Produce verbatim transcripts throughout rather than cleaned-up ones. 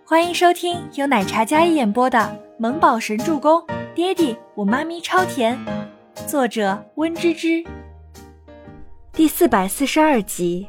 欢迎收听由奶茶嘉一演播的《萌宝神助攻》，爹地我妈咪超甜，作者温芝芝。第四百四十二集。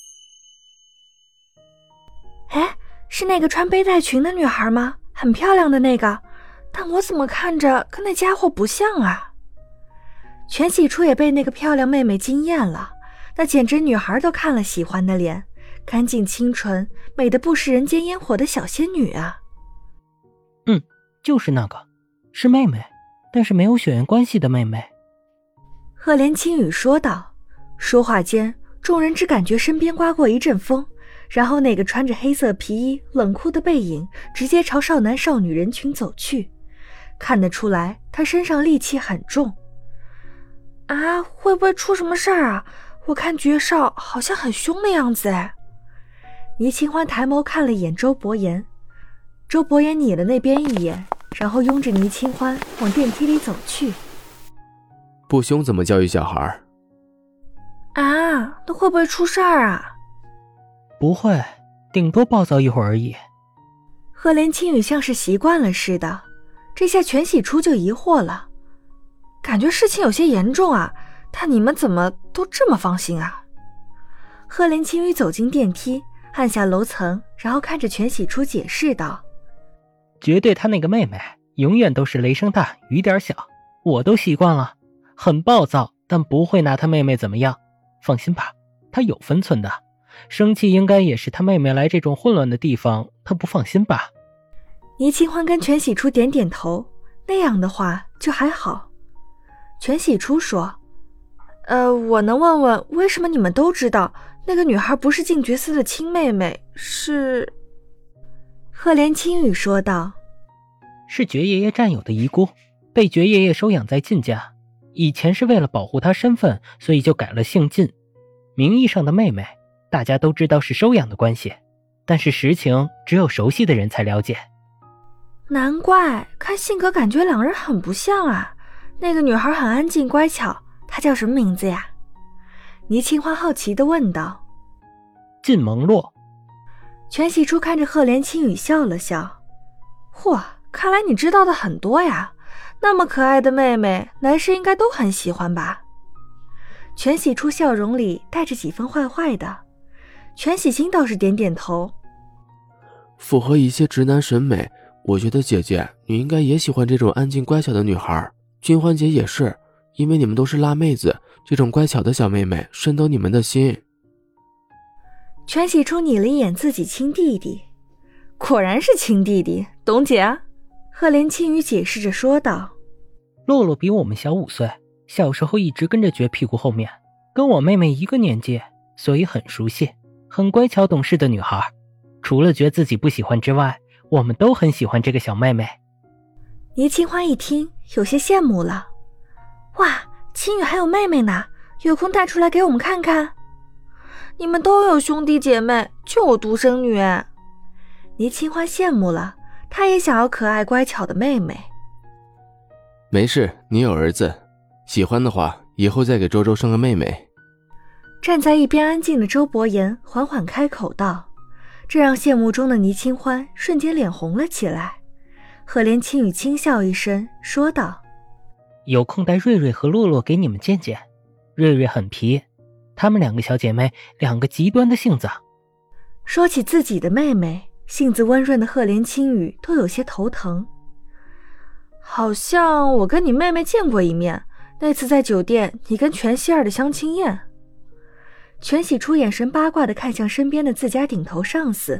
哎，是那个穿背带裙的女孩吗？很漂亮的那个，但我怎么看着跟那家伙不像啊？全喜初也被那个漂亮妹妹惊艳了，那简直女孩都看了喜欢的脸，干净清纯，美得不食人间烟火的小仙女啊。 嗯，就是那个，是妹妹，但是没有血缘关系的妹妹。 赫连青羽说道。说话间，众人只感觉身边刮过一阵风，然后那个穿着黑色皮衣冷酷的背影直接朝少男少女人群走去，看得出来他身上戾气很重。啊，会不会出什么事儿啊？我看绝少好像很凶的样子哎。倪清欢抬眸看了一眼周伯言，周伯言睨了那边一眼，然后拥着倪清欢往电梯里走去。 不凶怎么教育小孩？ 啊，那会不会出事儿啊？ 不会，顶多暴躁一会儿而已。 赫连青羽像是习惯了似的，这下全喜初就疑惑了，感觉事情有些严重啊，但你们怎么都这么放心啊？赫连青羽走进电梯，按下楼层，然后看着全喜初解释道： 绝对他那个妹妹永远都是雷声大雨点小，我都习惯了，很暴躁，但不会拿他妹妹怎么样，放心吧，他有分寸的，生气应该也是他妹妹来这种混乱的地方，他不放心吧。 倪清欢跟全喜初点点头，那样的话就还好。全喜初说：呃，我能问问为什么你们都知道那个女孩不是静觉寺的亲妹妹，是……赫连青羽说道： 是觉爷爷战友的遗孤，被觉爷爷收养在晋家，以前是为了保护她身份，所以就改了姓晋。名义上的妹妹，大家都知道是收养的关系，但是实情只有熟悉的人才了解。 难怪，看性格感觉两人很不像啊。那个女孩很安静乖巧，她叫什么名字呀？倪清欢好奇地问道。 晋蒙洛。 全喜初看着赫连青羽笑了笑。嚯，看来你知道的很多呀，那么可爱的妹妹，男士应该都很喜欢吧？全喜初笑容里带着几分坏坏的，全喜星倒是点点头。 符合一些直男审美，我觉得姐姐你应该也喜欢这种安静乖巧的女孩，君欢姐也是，因为你们都是辣妹子，这种乖巧的小妹妹深得你们的心。 全喜初睨了一眼自己亲弟弟，果然是亲弟弟，懂姐啊。赫连青羽解释着说道。 洛洛比我们小五岁，小时候一直跟着觉屁股后面，跟我妹妹一个年纪，所以很熟悉，很乖巧懂事的女孩。除了觉自己不喜欢之外，我们都很喜欢这个小妹妹。 倪清欢一听有些羡慕了，哇，青羽还有妹妹呢，有空带出来给我们看看。你们都有兄弟姐妹，就我独生女。倪清欢羡慕了，她也想要可爱乖巧的妹妹。 没事，你有儿子，喜欢的话以后再给周周生个妹妹。 站在一边安静的周伯言缓缓开口道，这让羡慕中的倪清欢瞬间脸红了起来。赫连青羽轻笑一声说道： 有空带瑞瑞和洛洛给你们见见，瑞瑞很皮，她们两个小姐妹两个极端的性子。 说起自己的妹妹，性子温润的赫连青羽都有些头疼。好像我跟你妹妹见过一面，那次在酒店你跟全希儿的相亲宴。全喜初眼神八卦地看向身边的自家顶头上司。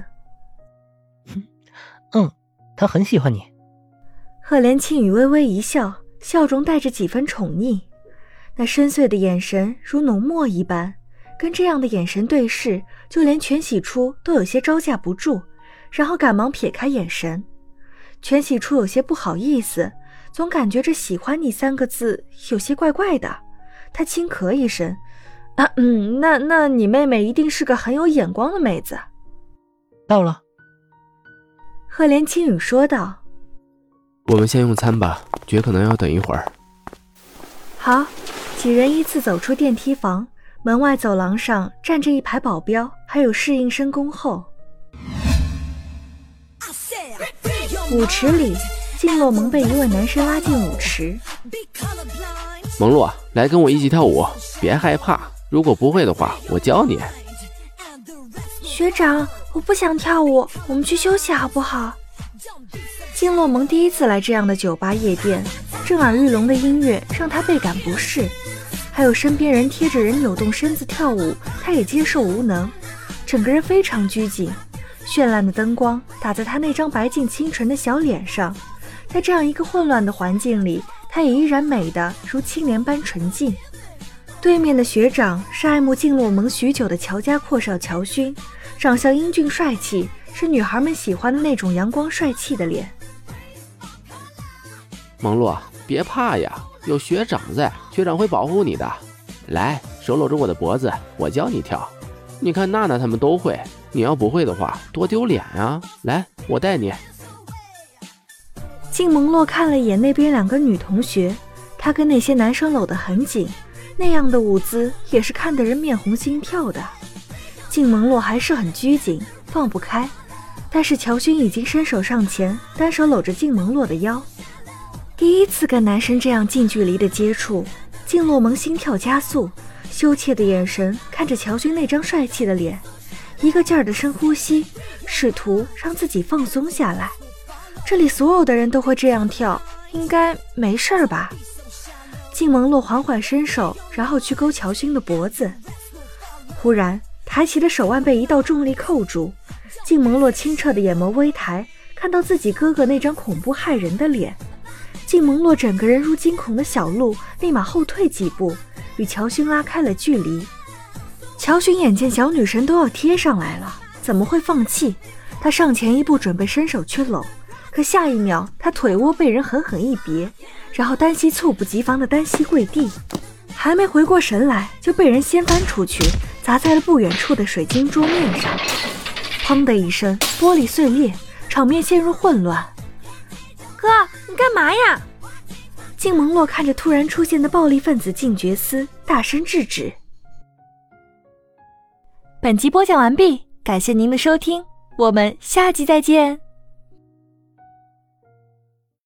嗯，她很喜欢你。 赫连青羽微微一笑，笑中带着几分宠溺，那深邃的眼神如浓墨一般，跟这样的眼神对视，就连全喜初都有些招架不住，然后赶忙撇开眼神。全喜初有些不好意思，总感觉这喜欢你三个字有些怪怪的，他轻咳一声，啊，嗯，那那你妹妹一定是个很有眼光的妹子。 到了。 赫连青羽说道。 我们先用餐吧，觉可能要等一会儿。 好，几人依次走出电梯房，门外走廊上站着一排保镖，还有侍应生恭候。 舞池里，静洛蒙被一位男生拉进舞池。 蒙洛，来跟我一起跳舞，别害怕，如果不会的话，我教你。 学长，我不想跳舞，我们去休息好不好？静洛蒙第一次来这样的酒吧夜店，震耳欲聋的音乐让他倍感不适，还有身边人贴着人扭动身子跳舞，他也接受无能，整个人非常拘谨。绚烂的灯光打在他那张白净清纯的小脸上，在这样一个混乱的环境里，他也依然美得如青莲般纯净。对面的学长是爱慕静洛蒙许久的乔家阔少乔勋，长相英俊帅气，是女孩们喜欢的那种阳光帅气的脸。 蒙洛，别怕呀，有学长在，学长会保护你的。来，手搂着我的脖子，我教你跳。你看娜娜他们都会，你要不会的话，多丢脸啊！来，我带你。 静蒙洛看了一眼那边两个女同学，她跟那些男生搂得很紧，那样的舞姿也是看得人面红心跳的。静蒙洛还是很拘谨，放不开，但是乔勋已经伸手上前，单手搂着静蒙洛的腰。第一次跟男生这样近距离的接触，静洛蒙心跳加速，羞怯的眼神看着乔勋那张帅气的脸，一个劲儿的深呼吸，试图让自己放松下来。这里所有的人都会这样跳，应该没事儿吧？静蒙洛缓缓伸手，然后去勾乔勋的脖子。忽然，抬起的手腕被一道重力扣住，静蒙洛清澈的眼眸微抬，看到自己哥哥那张恐怖骇人的脸。静蒙洛整个人如惊恐的小鹿，立马后退几步，与乔勋拉开了距离。乔勋眼见小女神都要贴上来了，怎么会放弃？他上前一步准备伸手去搂，可下一秒他腿窝被人狠狠一别，然后单膝猝不及防的单膝跪地，还没回过神来就被人掀翻出去，砸在了不远处的水晶桌面上。砰的一声，玻璃碎裂，场面陷入混乱。哥，你干嘛呀？静蒙洛看着突然出现的暴力分子静觉司，大声制止。本集播讲完毕，感谢您的收听，我们下集再见。